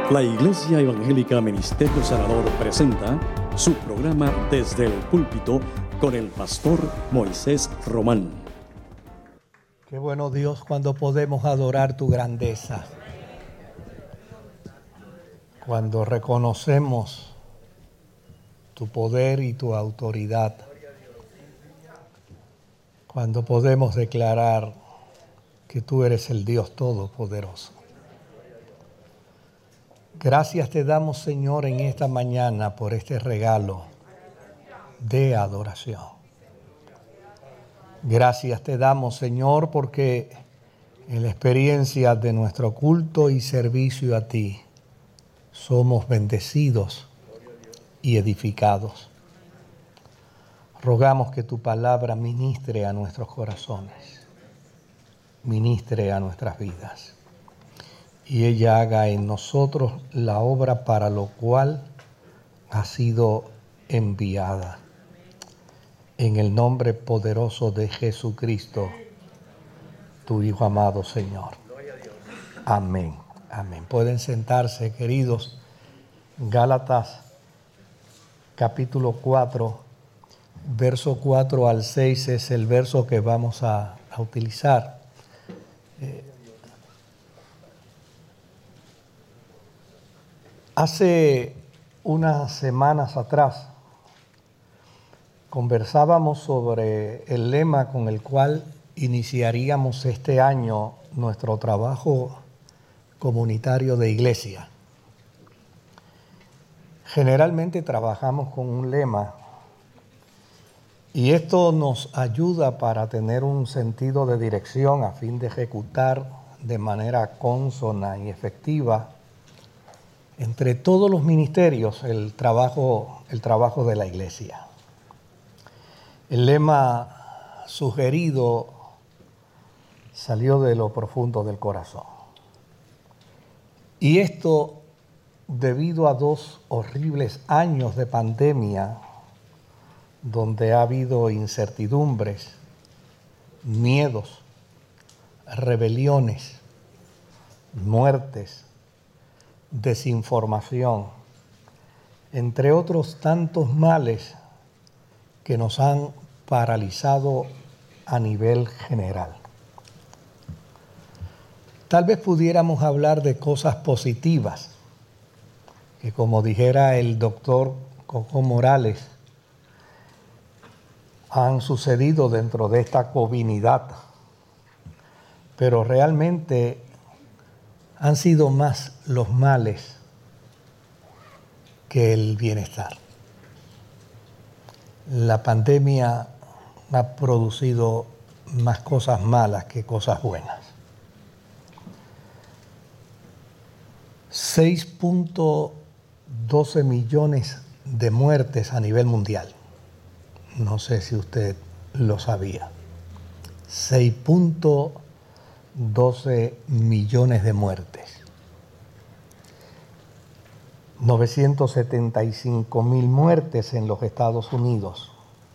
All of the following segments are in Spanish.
La Iglesia Evangélica Ministerio Sanador presenta su programa Desde el Púlpito con el pastor Moisés Román. Qué bueno, Dios, cuando podemos adorar tu grandeza, cuando reconocemos tu poder y tu autoridad, cuando podemos declarar que tú eres el Dios Todopoderoso. Gracias te damos, Señor, en esta mañana por este regalo de adoración. Gracias te damos, Señor, porque en la experiencia de nuestro culto y servicio a ti somos bendecidos y edificados. Rogamos que tu palabra ministre a nuestros corazones, ministre a nuestras vidas. Y ella haga en nosotros la obra para lo cual ha sido enviada. En el nombre poderoso de Jesucristo, tu Hijo amado, Señor. Amén. Amén. Pueden sentarse, queridos. Gálatas, capítulo 4, verso 4 al 6 es el verso que vamos a utilizar. Hace unas semanas atrás conversábamos sobre el lema con el cual iniciaríamos este año nuestro trabajo comunitario de iglesia. Generalmente trabajamos con un lema y esto nos ayuda para tener un sentido de dirección a fin de ejecutar de manera consona y efectiva entre todos los ministerios el trabajo de la iglesia. El lema sugerido salió de lo profundo del corazón. Y esto debido a 2 horribles años de pandemia donde ha habido incertidumbres, miedos, rebeliones, muertes, desinformación, entre otros tantos males que nos han paralizado a nivel general. Tal vez pudiéramos hablar de cosas positivas, que como dijera el doctor Coco Morales, han sucedido dentro de esta comunidad, pero realmente han sido más los males que el bienestar. La pandemia ha producido más cosas malas que cosas buenas. 6.12 millones de muertes a nivel mundial. No sé si usted lo sabía. 6.12 millones de muertes. 975,000 muertes en los Estados Unidos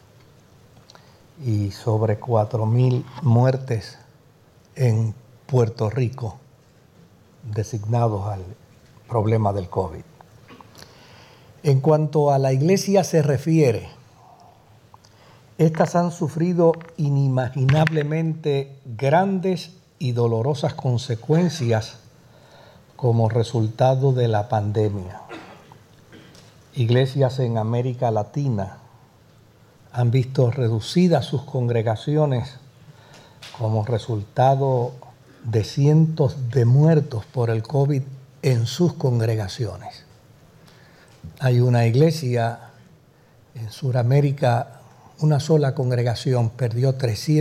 y sobre 4,000 muertes en Puerto Rico designados al problema del COVID. En cuanto a la iglesia se refiere, estas han sufrido inimaginablemente grandes y dolorosas consecuencias como resultado de la pandemia. Iglesias en América Latina han visto reducidas sus congregaciones como resultado de cientos de muertos por el COVID en sus congregaciones. Hay una iglesia en Sudamérica, una sola congregación perdió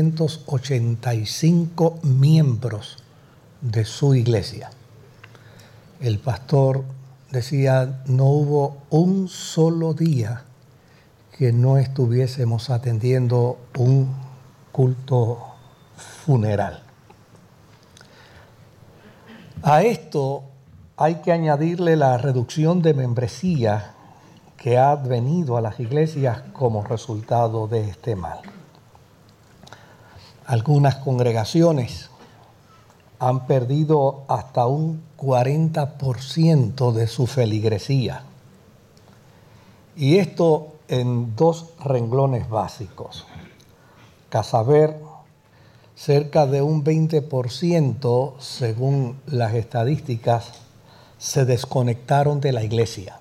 385 miembros de su iglesia. El pastor decía, no hubo un solo día que no estuviésemos atendiendo un culto funeral. A esto hay que añadirle la reducción de membresía que ha venido a las iglesias como resultado de este mal. Algunas congregaciones han perdido hasta un 40% de su feligresía. Y esto en dos renglones básicos. A saber, cerca de un 20%, según las estadísticas, se desconectaron de la iglesia.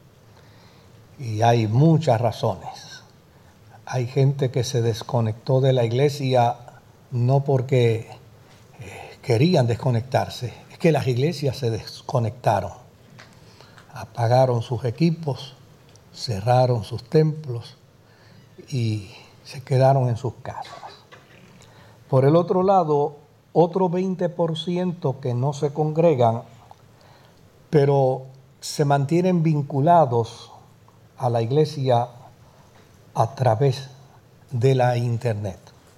Y hay muchas razones. Hay gente que se desconectó de la iglesia no porque querían desconectarse, es que las iglesias se desconectaron, apagaron sus equipos, cerraron sus templos y se quedaron en sus casas. Por el otro lado, otro 20% que no se congregan, pero se mantienen vinculados a la iglesia a través de la internet.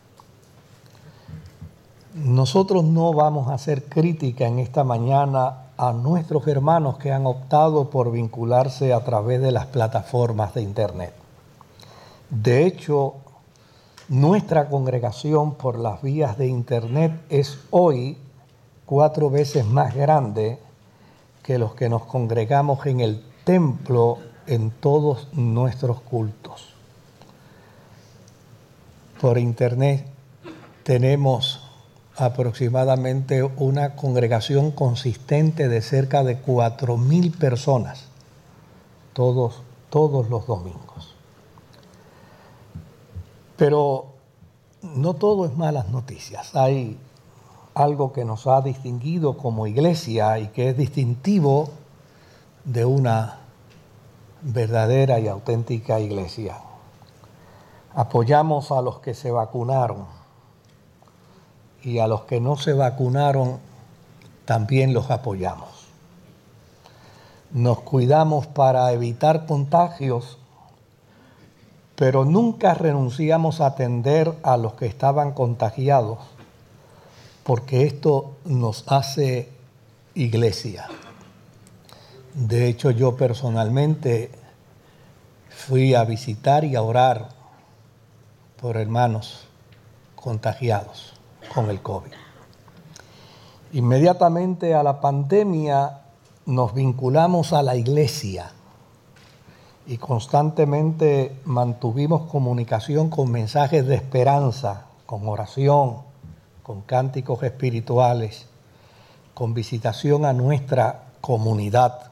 Nosotros no vamos a hacer crítica en esta mañana a nuestros hermanos que han optado por vincularse a través de las plataformas de internet. De hecho, nuestra congregación por las vías de internet es hoy 4 veces más grande que los que nos congregamos en el templo en todos nuestros cultos. Por internet tenemos aproximadamente una congregación consistente de cerca de 4,000 personas todos los domingos. Pero no todo es malas noticias. Hay algo que nos ha distinguido como iglesia y que es distintivo de una verdadera y auténtica iglesia. Apoyamos a los que se vacunaron y a los que no se vacunaron también los apoyamos. Nos cuidamos para evitar contagios, pero nunca renunciamos a atender a los que estaban contagiados, porque esto nos hace iglesia. De hecho, yo personalmente fui a visitar y a orar por hermanos contagiados con el COVID. Inmediatamente a la pandemia nos vinculamos a la iglesia y constantemente mantuvimos comunicación con mensajes de esperanza, con oración, con cánticos espirituales, con visitación a nuestra comunidad.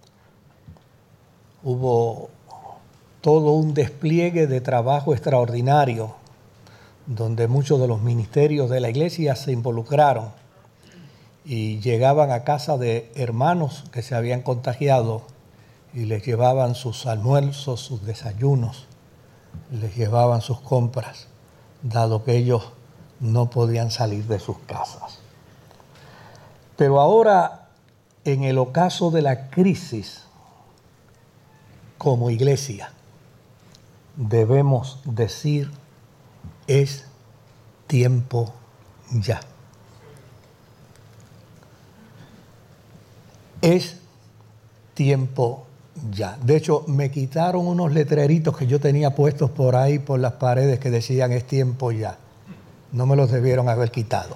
Hubo todo un despliegue de trabajo extraordinario donde muchos de los ministerios de la iglesia se involucraron y llegaban a casa de hermanos que se habían contagiado y les llevaban sus almuerzos, sus desayunos, les llevaban sus compras, dado que ellos no podían salir de sus casas. Pero ahora, en el ocaso de la crisis, como iglesia, debemos decir: es tiempo ya. Es tiempo ya. De hecho, me quitaron unos letreritos que yo tenía puestos por ahí, por las paredes, que decían: es tiempo ya. No me los debieron haber quitado.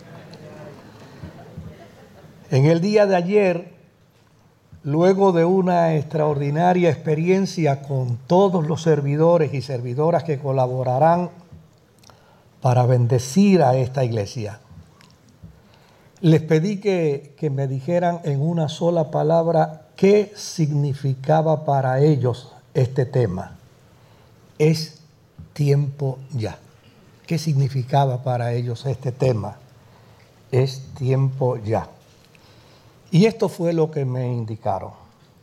En el día de ayer, luego de una extraordinaria experiencia con todos los servidores y servidoras que colaborarán para bendecir a esta iglesia, les pedí que me dijeran en una sola palabra qué significaba para ellos este tema. Es tiempo ya. ¿Qué significaba para ellos este tema? Es tiempo ya. Y esto fue lo que me indicaron.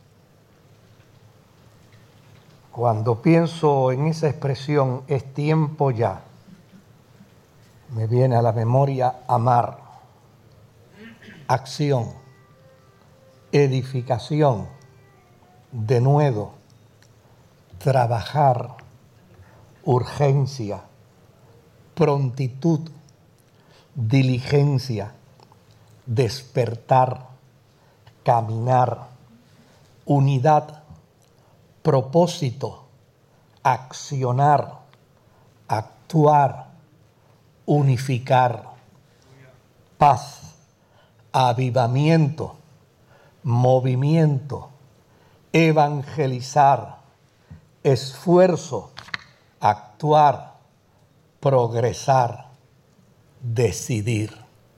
Cuando pienso en esa expresión, es tiempo ya, me viene a la memoria amar, acción, edificación, denuedo, trabajar, urgencia, prontitud, diligencia, despertar, caminar, unidad, propósito, accionar, actuar, unificar, paz, avivamiento, movimiento, evangelizar, esfuerzo, actuar, progresar, decidir.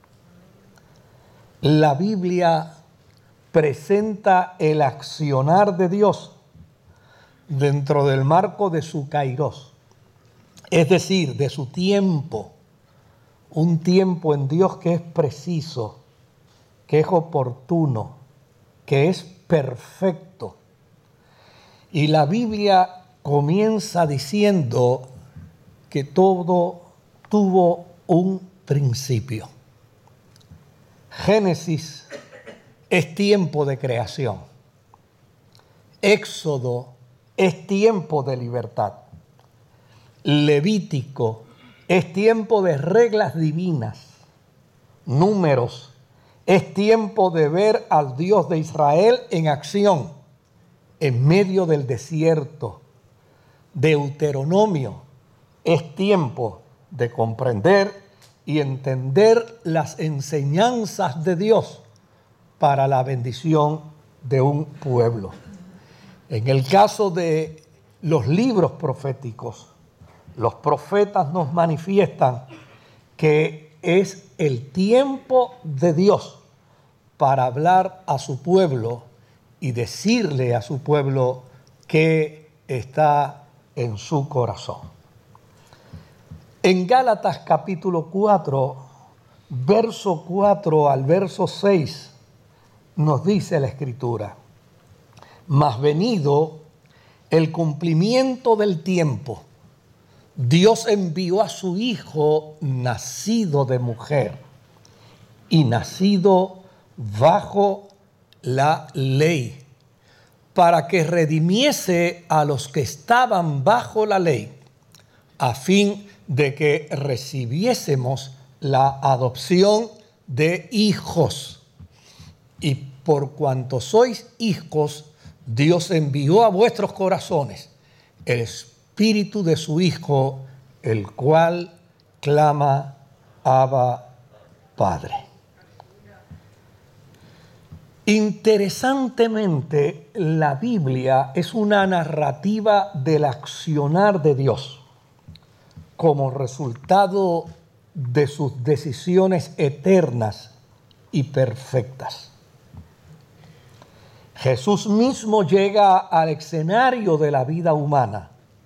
La Biblia presenta el accionar de Dios dentro del marco de su kairos, es decir, de su tiempo, un tiempo en Dios que es preciso, que es oportuno, que es perfecto. Y la Biblia comienza diciendo que todo tuvo un principio. Génesis es tiempo de creación. Éxodo es tiempo de libertad. Levítico es tiempo de reglas divinas. Números es tiempo de ver al Dios de Israel en acción en medio del desierto. Deuteronomio es tiempo de comprender y entender las enseñanzas de Dios para la bendición de un pueblo. En el caso de los libros proféticos, los profetas nos manifiestan que es el tiempo de Dios para hablar a su pueblo y decirle a su pueblo que está en su corazón. En Gálatas capítulo 4, verso 4 al verso 6, nos dice la Escritura: mas venido el cumplimiento del tiempo, Dios envió a su Hijo, nacido de mujer y nacido bajo la ley, para que redimiese a los que estaban bajo la ley, a fin de que recibiésemos la adopción de hijos. Y por cuanto sois hijos, Dios envió a vuestros corazones el Espíritu de su Hijo, el cual clama: Abba, Padre. Interesantemente, la Biblia es una narrativa del accionar de Dios como resultado de sus decisiones eternas y perfectas. Jesús mismo llega al escenario de la vida humana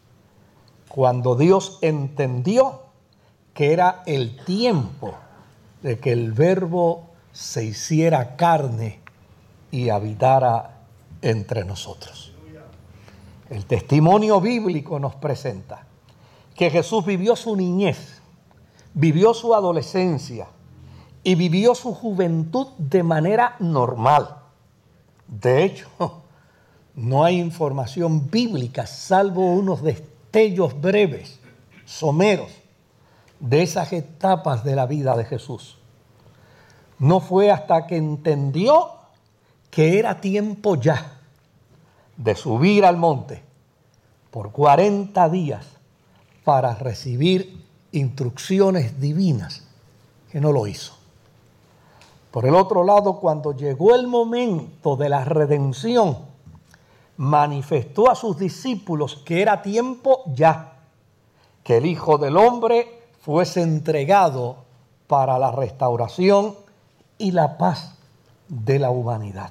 cuando Dios entendió que era el tiempo de que el Verbo se hiciera carne y habitara entre nosotros. El testimonio bíblico nos presenta que Jesús vivió su niñez, vivió su adolescencia y vivió su juventud de manera normal. De hecho, no hay información bíblica, salvo unos destellos breves, someros, de esas etapas de la vida de Jesús. No fue hasta que entendió que era tiempo ya de subir al monte por 40 días para recibir instrucciones divinas, que no lo hizo. Por el otro lado, cuando llegó el momento de la redención, manifestó a sus discípulos que era tiempo ya, que el Hijo del Hombre fuese entregado para la restauración y la paz de la humanidad.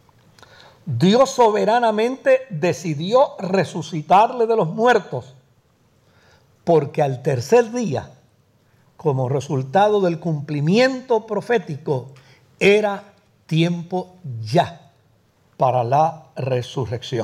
Dios soberanamente decidió resucitarle de los muertos, porque al tercer día, como resultado del cumplimiento profético, era tiempo ya para la resurrección.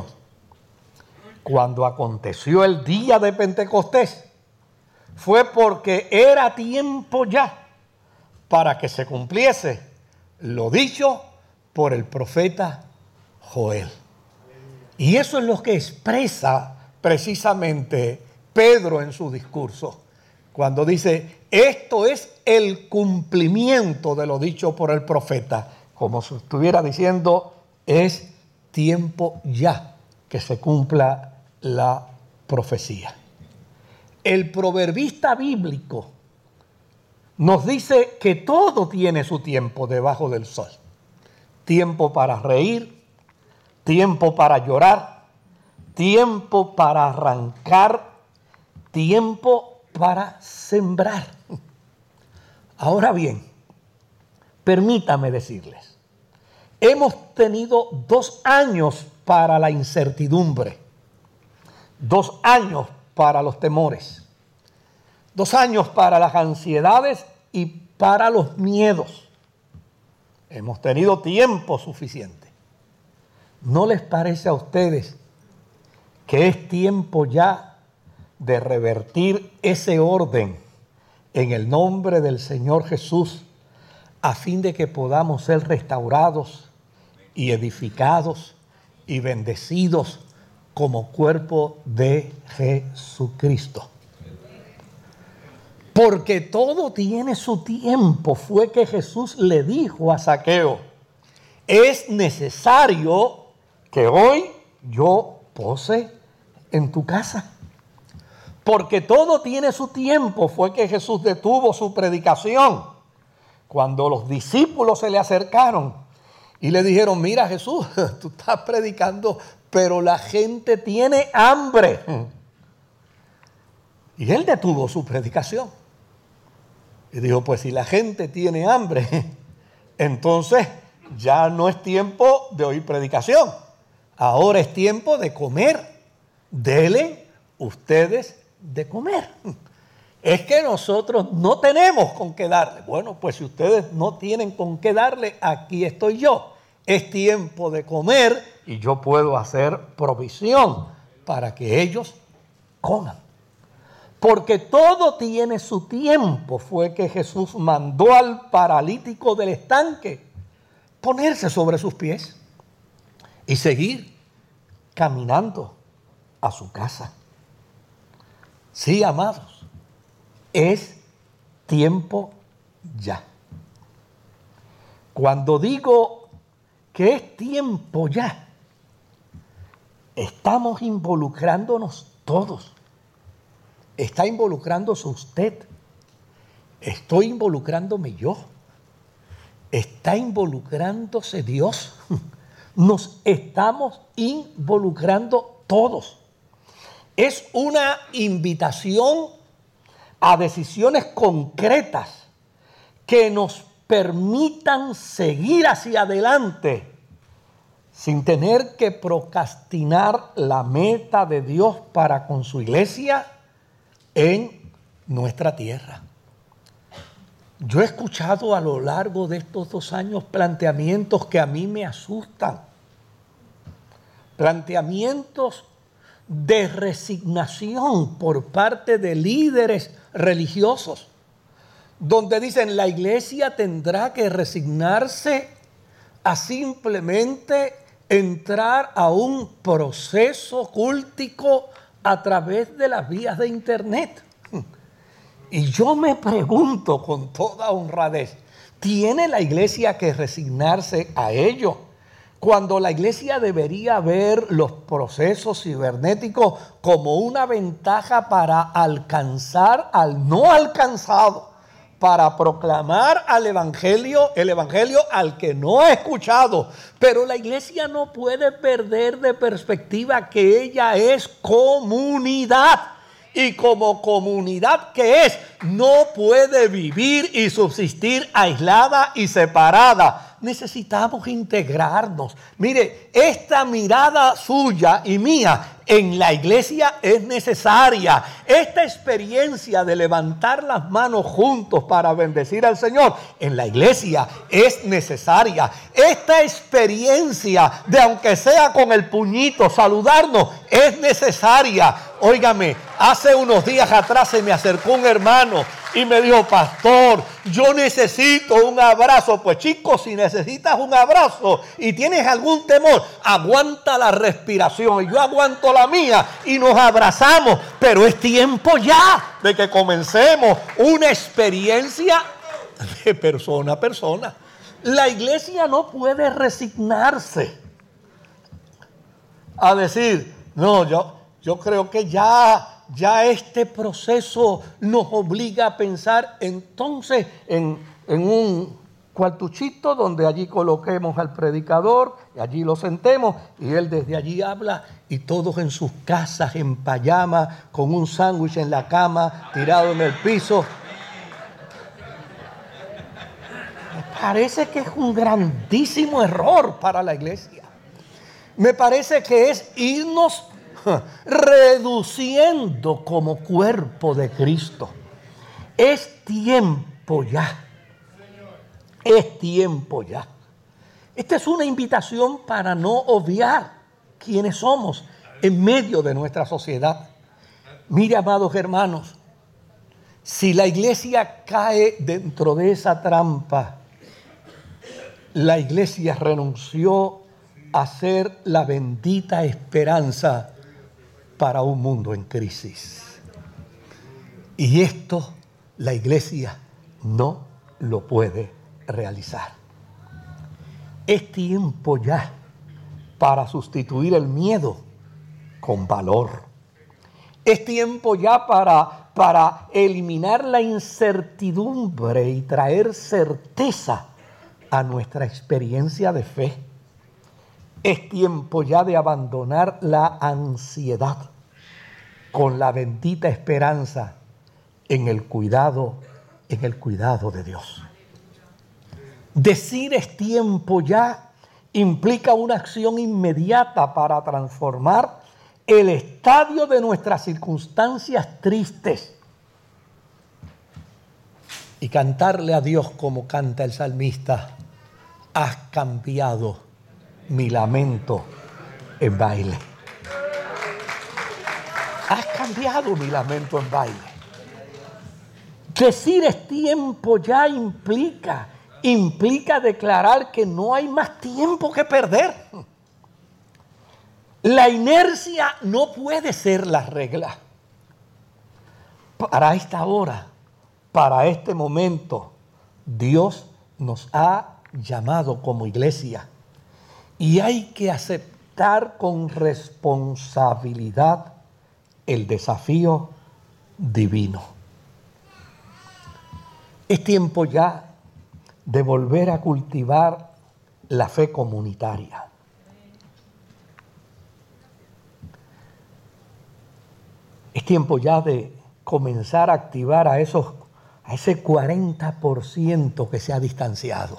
Cuando aconteció el día de Pentecostés, fue porque era tiempo ya para que se cumpliese lo dicho por el profeta Joel. Y eso es lo que expresa precisamente Pedro en su discurso, cuando dice: esto es el cumplimiento de lo dicho por el profeta, como si estuviera diciendo: es tiempo ya que se cumpla la profecía. El proverbista bíblico nos dice que todo tiene su tiempo debajo del sol. Tiempo para reír, tiempo para llorar, tiempo para arrancar, tiempo para sembrar. Ahora bien, permítame decirles, hemos tenido 2 años para la incertidumbre, 2 años para los temores, 2 años para las ansiedades y para los miedos. Hemos tenido tiempo suficiente. ¿No les parece a ustedes que es tiempo ya de revertir ese orden en el nombre del Señor Jesús, a fin de que podamos ser restaurados y edificados y bendecidos como cuerpo de Jesucristo? Porque todo tiene su tiempo. Fue que Jesús le dijo a Zaqueo: es necesario que hoy yo pose en tu casa. Porque todo tiene su tiempo. Fue que Jesús detuvo su predicación cuando los discípulos se le acercaron y le dijeron: mira, Jesús, tú estás predicando, pero la gente tiene hambre. Y él detuvo su predicación y dijo: pues si la gente tiene hambre, entonces ya no es tiempo de oír predicación. Ahora es tiempo de comer. Dele ustedes de comer. Es que nosotros no tenemos con qué darle. Bueno, pues si ustedes no tienen con qué darle, aquí estoy yo. Es tiempo de comer y yo puedo hacer provisión para que ellos coman. Porque todo tiene su tiempo. Fue que Jesús mandó al paralítico del estanque ponerse sobre sus pies y seguir caminando a su casa. Sí, amados, es tiempo ya. Cuando digo que es tiempo ya, estamos involucrándonos todos. Está involucrándose usted. Estoy involucrándome yo. Está involucrándose Dios. Nos estamos involucrando todos. Es una invitación a decisiones concretas que nos permitan seguir hacia adelante sin tener que procrastinar la meta de Dios para con su iglesia en nuestra tierra. Yo he escuchado a lo largo de estos 2 años planteamientos que a mí me asustan. Planteamientos de resignación por parte de líderes religiosos, donde dicen: la iglesia tendrá que resignarse a simplemente entrar a un proceso cultico a través de las vías de internet. Y yo me pregunto con toda honradez, ¿tiene la iglesia que resignarse a ello? Cuando la iglesia debería ver los procesos cibernéticos como una ventaja para alcanzar al no alcanzado, para proclamar el evangelio al que no ha escuchado. Pero la iglesia no puede perder de perspectiva que ella es comunidad. Y como comunidad que es, no puede vivir y subsistir aislada y separada. Necesitamos integrarnos. Mire, esta mirada suya y mía en la iglesia es necesaria. Esta experiencia de levantar las manos juntos para bendecir al Señor en la iglesia es necesaria. Esta experiencia de, aunque sea con el puñito, saludarnos es necesaria. Óigame, hace unos días atrás se me acercó un hermano y me dijo: pastor, yo necesito un abrazo. Pues chicos, si necesitas un abrazo y tienes algún temor, aguanta la respiración y yo aguanto la mía y nos abrazamos. Pero es tiempo ya de que comencemos una experiencia de persona a persona. La iglesia no puede resignarse a decir: no, yo creo que ya Ya este proceso nos obliga a pensar entonces en un cuartuchito donde allí coloquemos al predicador, y allí lo sentemos y él desde allí habla y todos en sus casas en pijama, con un sándwich en la cama, tirado en el piso. Me parece que es un grandísimo error para la iglesia. Me parece que es irnos reduciendo como cuerpo de Cristo. Es tiempo ya. Es tiempo ya. Esta es una invitación para no obviar quiénes somos en medio de nuestra sociedad. Mire, amados hermanos, si la iglesia cae dentro de esa trampa, la iglesia renunció a ser la bendita esperanza para un mundo en crisis. Y esto la iglesia no lo puede realizar. Es tiempo ya para sustituir el miedo con valor. Es tiempo ya para eliminar la incertidumbre y traer certeza a nuestra experiencia de fe. Es tiempo ya de abandonar la ansiedad con la bendita esperanza en el cuidado de Dios. Decir es tiempo ya implica una acción inmediata para transformar el estadio de nuestras circunstancias tristes y cantarle a Dios como canta el salmista: has cambiado mi lamento en baile. Has cambiado mi lamento en baile. Decir es tiempo ya implica declarar que no hay más tiempo que perder. La inercia no puede ser la regla. Para esta hora, para este momento, Dios nos ha llamado como iglesia y hay que aceptar con responsabilidad el desafío divino. Es tiempo ya de volver a cultivar la fe comunitaria. Es tiempo ya de comenzar a activar a ese 40% que se ha distanciado.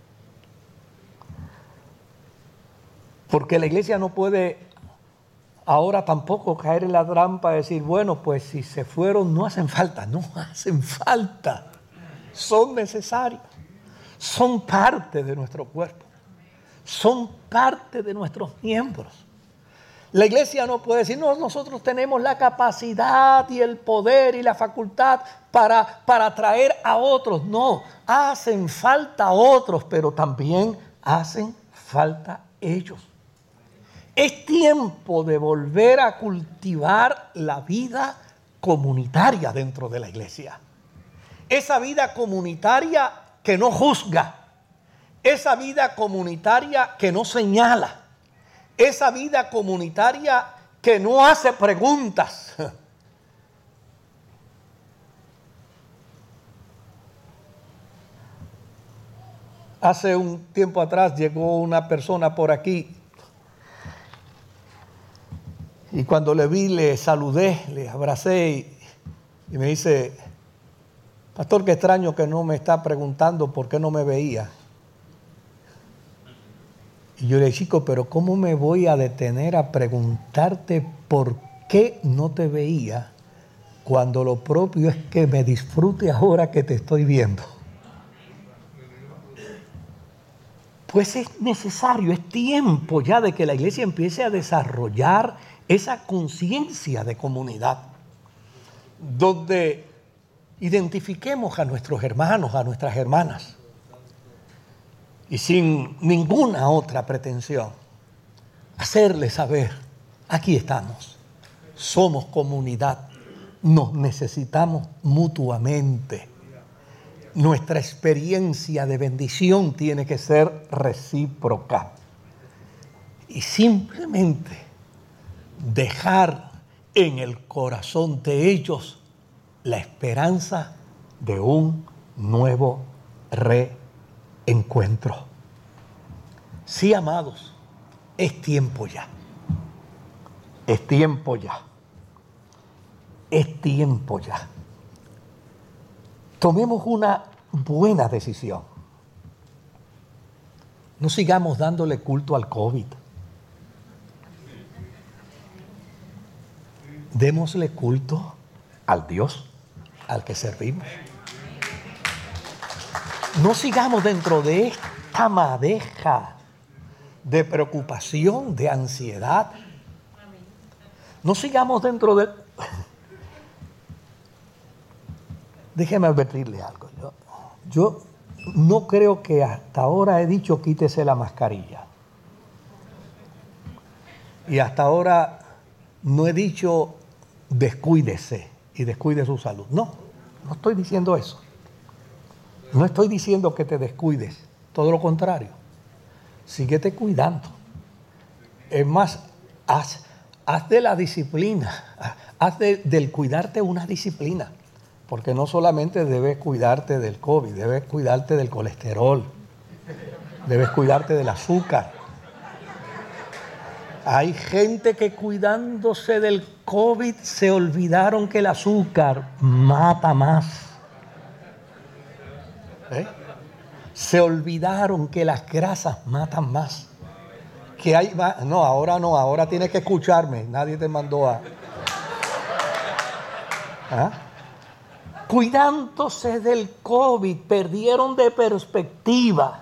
Porque la iglesia no puede ahora tampoco caer en la trampa de decir, bueno, pues si se fueron no hacen falta. No hacen falta. Son necesarios. Son parte de nuestro cuerpo. Son parte de nuestros miembros. La iglesia no puede decir, no, nosotros tenemos la capacidad y el poder y la facultad para atraer a otros. No, hacen falta otros, pero también hacen falta ellos. Es tiempo de volver a cultivar la vida comunitaria dentro de la iglesia. Esa vida comunitaria que no juzga, esa vida comunitaria que no señala, esa vida comunitaria que no hace preguntas. Hace un tiempo atrás llegó una persona por aquí y cuando le vi le saludé, le abracé y me dice, pastor, qué extraño que no me está preguntando por qué no me veía. Y yo le dije, chico, pero ¿cómo me voy a detener a preguntarte por qué no te veía cuando lo propio es que me disfrute ahora que te estoy viendo? Pues es necesario, es tiempo ya de que la iglesia empiece a desarrollar esa conciencia de comunidad, donde identifiquemos a nuestros hermanos, a nuestras hermanas, y sin ninguna otra pretensión, hacerles saber, aquí estamos, somos comunidad, nos necesitamos mutuamente. Nuestra experiencia de bendición tiene que ser recíproca. Y simplemente dejar en el corazón de ellos la esperanza de un nuevo reencuentro. Sí, amados, es tiempo ya. Es tiempo ya. Es tiempo ya. Tomemos una buena decisión. No sigamos dándole culto al COVID. Démosle culto al Dios al que servimos. No sigamos dentro de esta madeja de preocupación, de ansiedad. No sigamos dentro de... Déjeme advertirle algo. Yo no creo que hasta ahora he dicho quítese la mascarilla. Y hasta ahora no he dicho descuídese y descuide su salud. No estoy diciendo eso. No estoy diciendo que te descuides. Todo lo contrario. Síguete cuidando. Es más, haz de la disciplina, haz del cuidarte una disciplina. Porque no solamente debes cuidarte del COVID, debes cuidarte del colesterol, debes cuidarte del azúcar. Hay gente que cuidándose del COVID se olvidaron que el azúcar mata más. Se olvidaron que las grasas matan más. Que hay más. No, ahora tienes que escucharme. Nadie te mandó a... Cuidándose del COVID, perdieron de perspectiva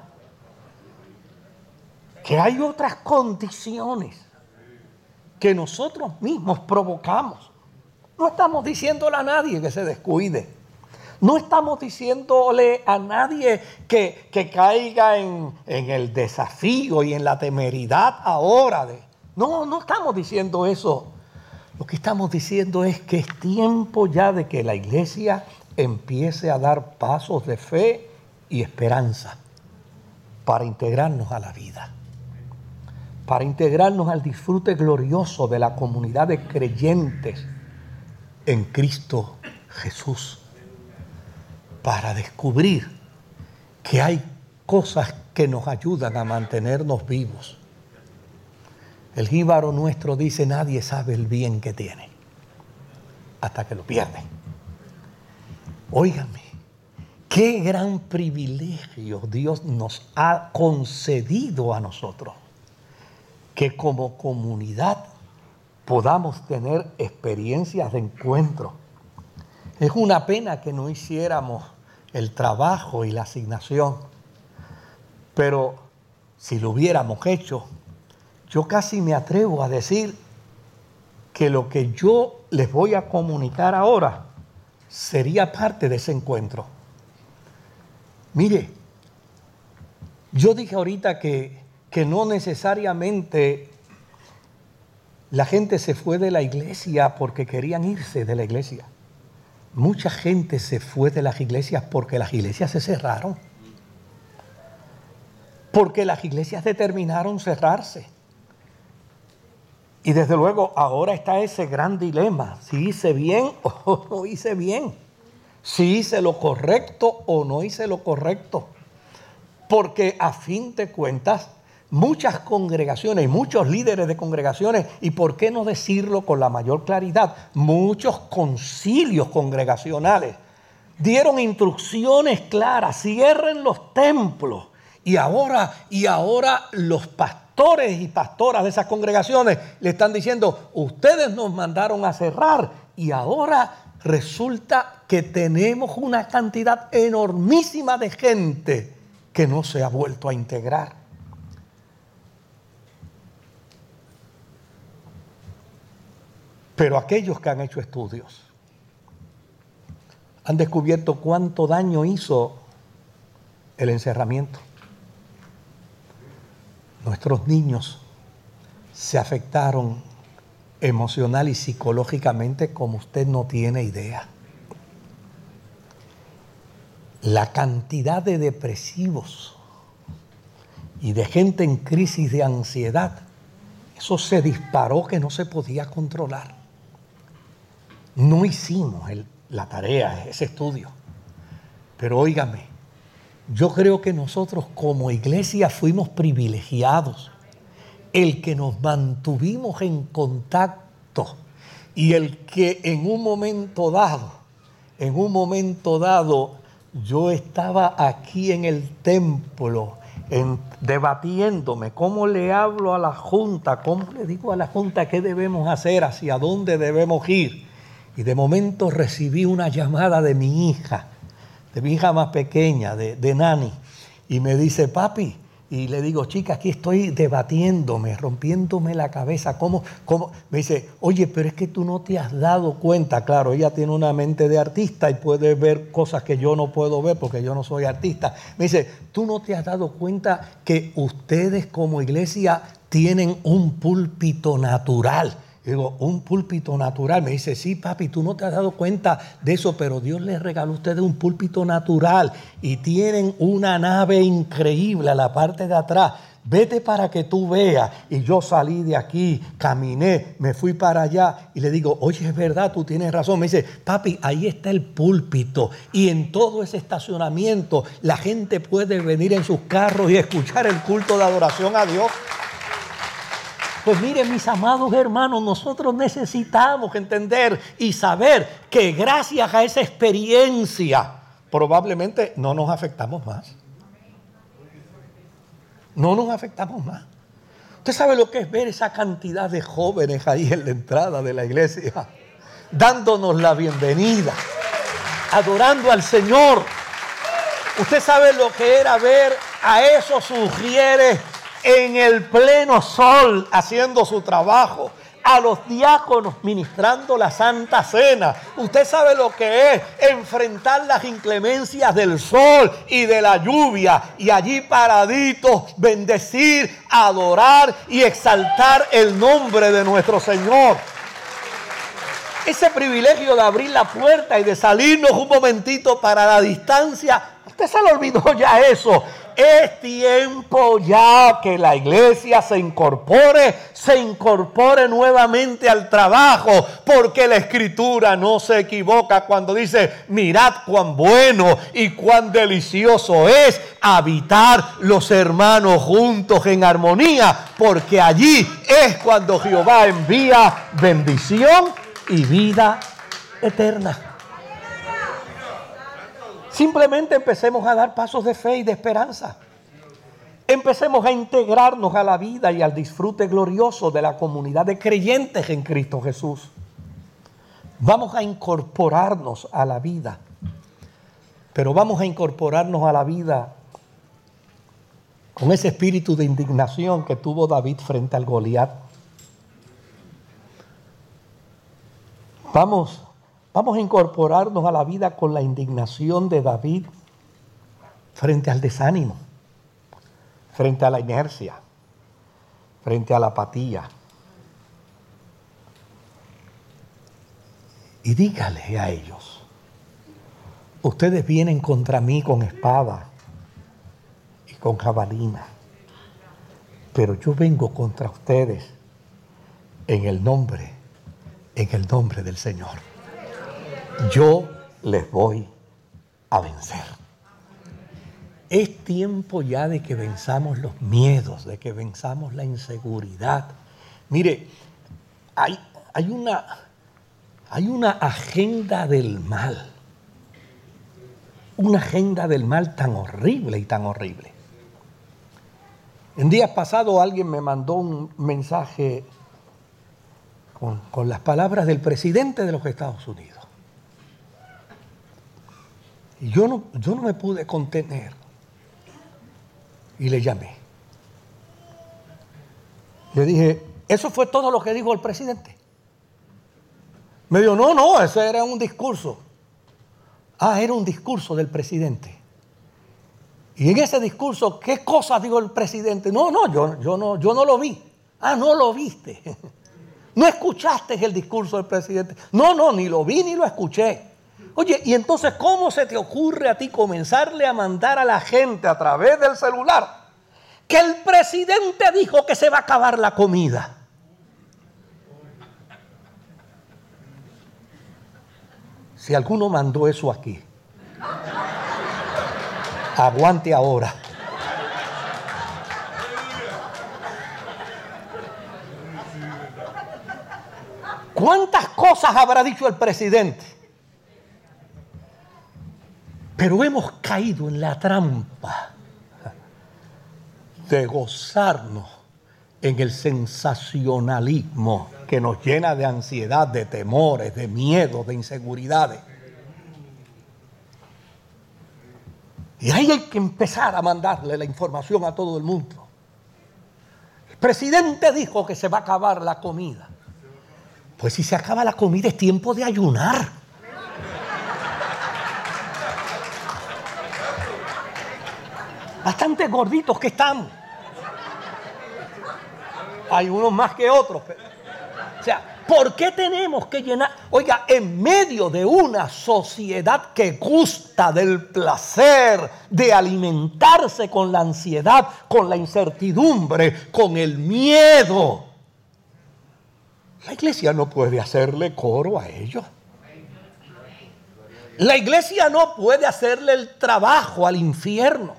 que hay otras condiciones que nosotros mismos provocamos. No estamos diciéndole a nadie que se descuide. No estamos diciéndole a nadie que caiga en el desafío y en la temeridad ahora. No estamos diciendo eso. Lo que estamos diciendo es que es tiempo ya de que la iglesia empiece a dar pasos de fe y esperanza para integrarnos a la vida, para integrarnos al disfrute glorioso de la comunidad de creyentes en Cristo Jesús, para descubrir que hay cosas que nos ayudan a mantenernos vivos. El jíbaro nuestro dice: nadie sabe el bien que tiene hasta que lo pierde. Óigame, qué gran privilegio Dios nos ha concedido a nosotros, que como comunidad podamos tener experiencias de encuentro. Es una pena que no hiciéramos el trabajo y la asignación, pero si lo hubiéramos hecho, yo casi me atrevo a decir que lo que yo les voy a comunicar ahora sería parte de ese encuentro. Mire, yo dije ahorita que no necesariamente la gente se fue de la iglesia porque querían irse de la iglesia. Mucha gente se fue de las iglesias porque las iglesias se cerraron. Porque las iglesias determinaron cerrarse. Y desde luego ahora está ese gran dilema: si hice bien o no hice bien, si hice lo correcto o no hice lo correcto. Porque a fin de cuentas, muchas congregaciones, muchos líderes de congregaciones, y por qué no decirlo con la mayor claridad, muchos concilios congregacionales dieron instrucciones claras: cierren los templos. Y ahora los pastores y pastoras de esas congregaciones le están diciendo: ustedes nos mandaron a cerrar, y ahora resulta que tenemos una cantidad enormísima de gente que no se ha vuelto a integrar. Pero aquellos que han hecho estudios han descubierto cuánto daño hizo el encerramiento. Nuestros niños se afectaron emocional y psicológicamente como usted no tiene idea. La cantidad de depresivos y de gente en crisis de ansiedad, eso se disparó que no se podía controlar. no hicimos la tarea, ese estudio. Pero óigame, yo creo que nosotros como iglesia fuimos privilegiados. El que nos mantuvimos en contacto y el que en un momento dado, yo estaba aquí en el templo debatiéndome cómo le hablo a la Junta, cómo le digo a la Junta qué debemos hacer, hacia dónde debemos ir. Y de momento recibí una llamada de mi hija más pequeña, de Nani, y me dice, papi, y le digo, chica, aquí estoy debatiéndome, rompiéndome la cabeza, ¿cómo? Me dice, oye, pero es que tú no te has dado cuenta. Claro, ella tiene una mente de artista y puede ver cosas que yo no puedo ver porque yo no soy artista. Me dice, tú no te has dado cuenta que ustedes como iglesia tienen un púlpito natural. Digo, un púlpito natural. Me dice, sí, papi, tú no te has dado cuenta de eso, pero Dios les regaló a ustedes un púlpito natural y tienen una nave increíble a la parte de atrás. Vete para que tú veas. Y yo salí de aquí, caminé, me fui para allá y le digo, oye, es verdad, tú tienes razón. Me dice, papi, ahí está el púlpito y en todo ese estacionamiento la gente puede venir en sus carros y escuchar el culto de adoración a Dios. Pues miren, mis amados hermanos, nosotros necesitamos entender y saber que gracias a esa experiencia probablemente no nos afectamos más. No nos afectamos más. Usted sabe lo que es ver esa cantidad de jóvenes ahí en la entrada de la iglesia, dándonos la bienvenida, adorando al Señor. Usted sabe lo que era ver a esos sugieres en el pleno sol haciendo su trabajo, a los diáconos ministrando la Santa Cena. Usted sabe lo que es enfrentar las inclemencias del sol y de la lluvia y allí paraditos bendecir, adorar y exaltar el nombre de nuestro Señor. Ese privilegio de abrir la puerta y de salirnos un momentito para la distancia, usted se le olvidó ya eso. Es tiempo ya que la iglesia se incorpore nuevamente al trabajo, porque la Escritura no se equivoca cuando dice, mirad cuán bueno y cuán delicioso es habitar los hermanos juntos en armonía, porque allí es cuando Jehová envía bendición y vida eterna. Simplemente empecemos a dar pasos de fe y de esperanza. Empecemos a integrarnos a la vida y al disfrute glorioso de la comunidad de creyentes en Cristo Jesús. Vamos a incorporarnos a la vida, pero vamos a incorporarnos a la vida con ese espíritu de indignación que tuvo David frente al Goliat. Vamos a incorporarnos a la vida con la indignación de David frente al desánimo, frente a la inercia, frente a la apatía. Y dígale a ellos, ustedes vienen contra mí con espada y con jabalina, pero yo vengo contra ustedes en el nombre del Señor. Yo les voy a vencer. Es tiempo ya de que venzamos los miedos, de que venzamos la inseguridad. Mire, hay una agenda del mal. Una agenda del mal tan horrible y tan horrible. En días pasados alguien me mandó un mensaje con las palabras del presidente de los Estados Unidos. Y yo no me pude contener. Y le llamé. Le dije, ¿eso fue todo lo que dijo el presidente? Me dijo, no, ese era un discurso. Era un discurso del presidente. Y en ese discurso, ¿qué cosas dijo el presidente? No, yo no lo vi. No lo viste. ¿No escuchaste el discurso del presidente? No, ni lo vi ni lo escuché. Oye, y entonces, ¿cómo se te ocurre a ti comenzarle a mandar a la gente a través del celular que el presidente dijo que se va a acabar la comida? Si alguno mandó eso aquí, aguante ahora. ¿Cuántas cosas habrá dicho el presidente? Pero hemos caído en la trampa de gozarnos en el sensacionalismo que nos llena de ansiedad, de temores, de miedos, de inseguridades. Y ahí hay que empezar a mandarle la información a todo el mundo. El presidente dijo que se va a acabar la comida. Pues si se acaba la comida es tiempo de ayunar. Bastante gorditos que estamos. Hay unos más que otros. O sea, ¿por qué tenemos que llenar? Oiga, en medio de una sociedad que gusta del placer, de alimentarse con la ansiedad, con la incertidumbre, con el miedo, la iglesia no puede hacerle coro a ellos. La iglesia no puede hacerle el trabajo al infierno.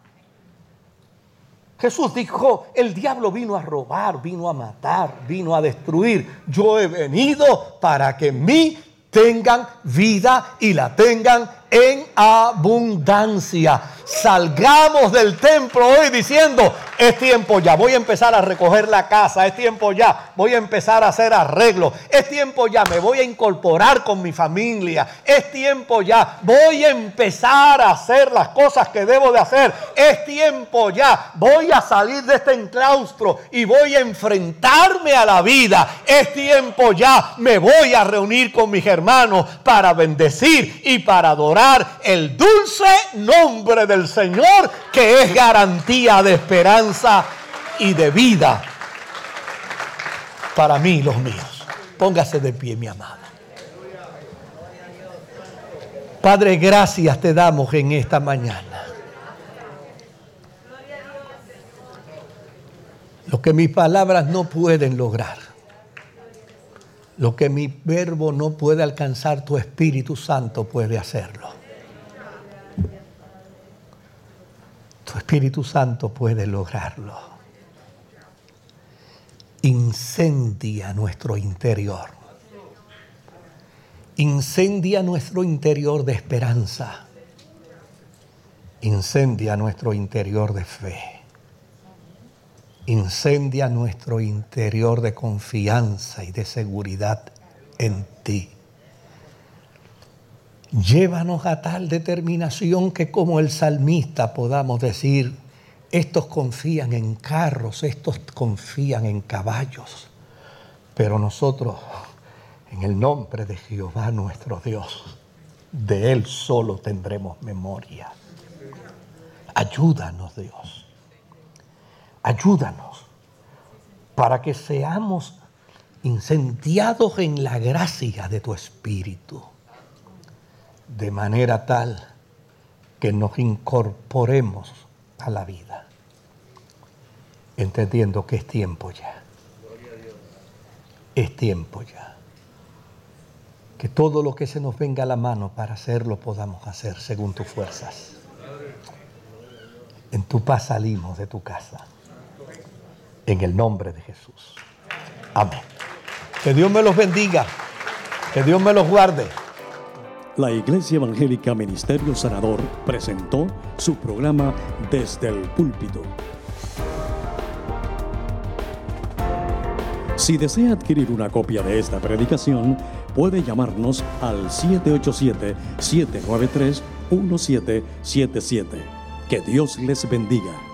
Jesús dijo, el diablo vino a robar, vino a matar, vino a destruir. Yo he venido para que en mí tengan vida y la tengan en abundancia. Salgamos del templo hoy diciendo, es tiempo ya, voy a empezar a recoger la casa, es tiempo ya, voy a empezar a hacer arreglos, es tiempo ya, me voy a incorporar con mi familia, es tiempo ya, voy a empezar a hacer las cosas que debo de hacer, es tiempo ya, voy a salir de este enclaustro y voy a enfrentarme a la vida, es tiempo ya, me voy a reunir con mis hermanos para bendecir y para adorar el dulce nombre del Señor, que es garantía de esperanza y de vida para mí y los míos. Póngase de pie, mi amado. Padre, gracias te damos en esta mañana. Lo que mis palabras no pueden lograr, lo que mi verbo no puede alcanzar, tu Espíritu Santo puede hacerlo. Tu Espíritu Santo puede lograrlo. Incendia nuestro interior. Incendia nuestro interior de esperanza. Incendia nuestro interior de fe. Incendia nuestro interior de confianza y de seguridad en ti. Llévanos a tal determinación que como el salmista podamos decir, estos confían en carros, estos confían en caballos, pero nosotros, en el nombre de Jehová nuestro Dios, de Él solo tendremos memoria. Ayúdanos, Dios. Ayúdanos para que seamos incendiados en la gracia de tu Espíritu, de manera tal que nos incorporemos a la vida, entendiendo que es tiempo ya. Es tiempo ya. Que todo lo que se nos venga a la mano para hacerlo podamos hacer según tus fuerzas. En tu paz salimos de tu casa. En el nombre de Jesús. Amén. Que Dios me los bendiga. Que Dios me los guarde. La Iglesia Evangélica Ministerio Sanador presentó su programa Desde el Púlpito. Si desea adquirir una copia de esta predicación, puede llamarnos al 787-793-1777. Que Dios les bendiga.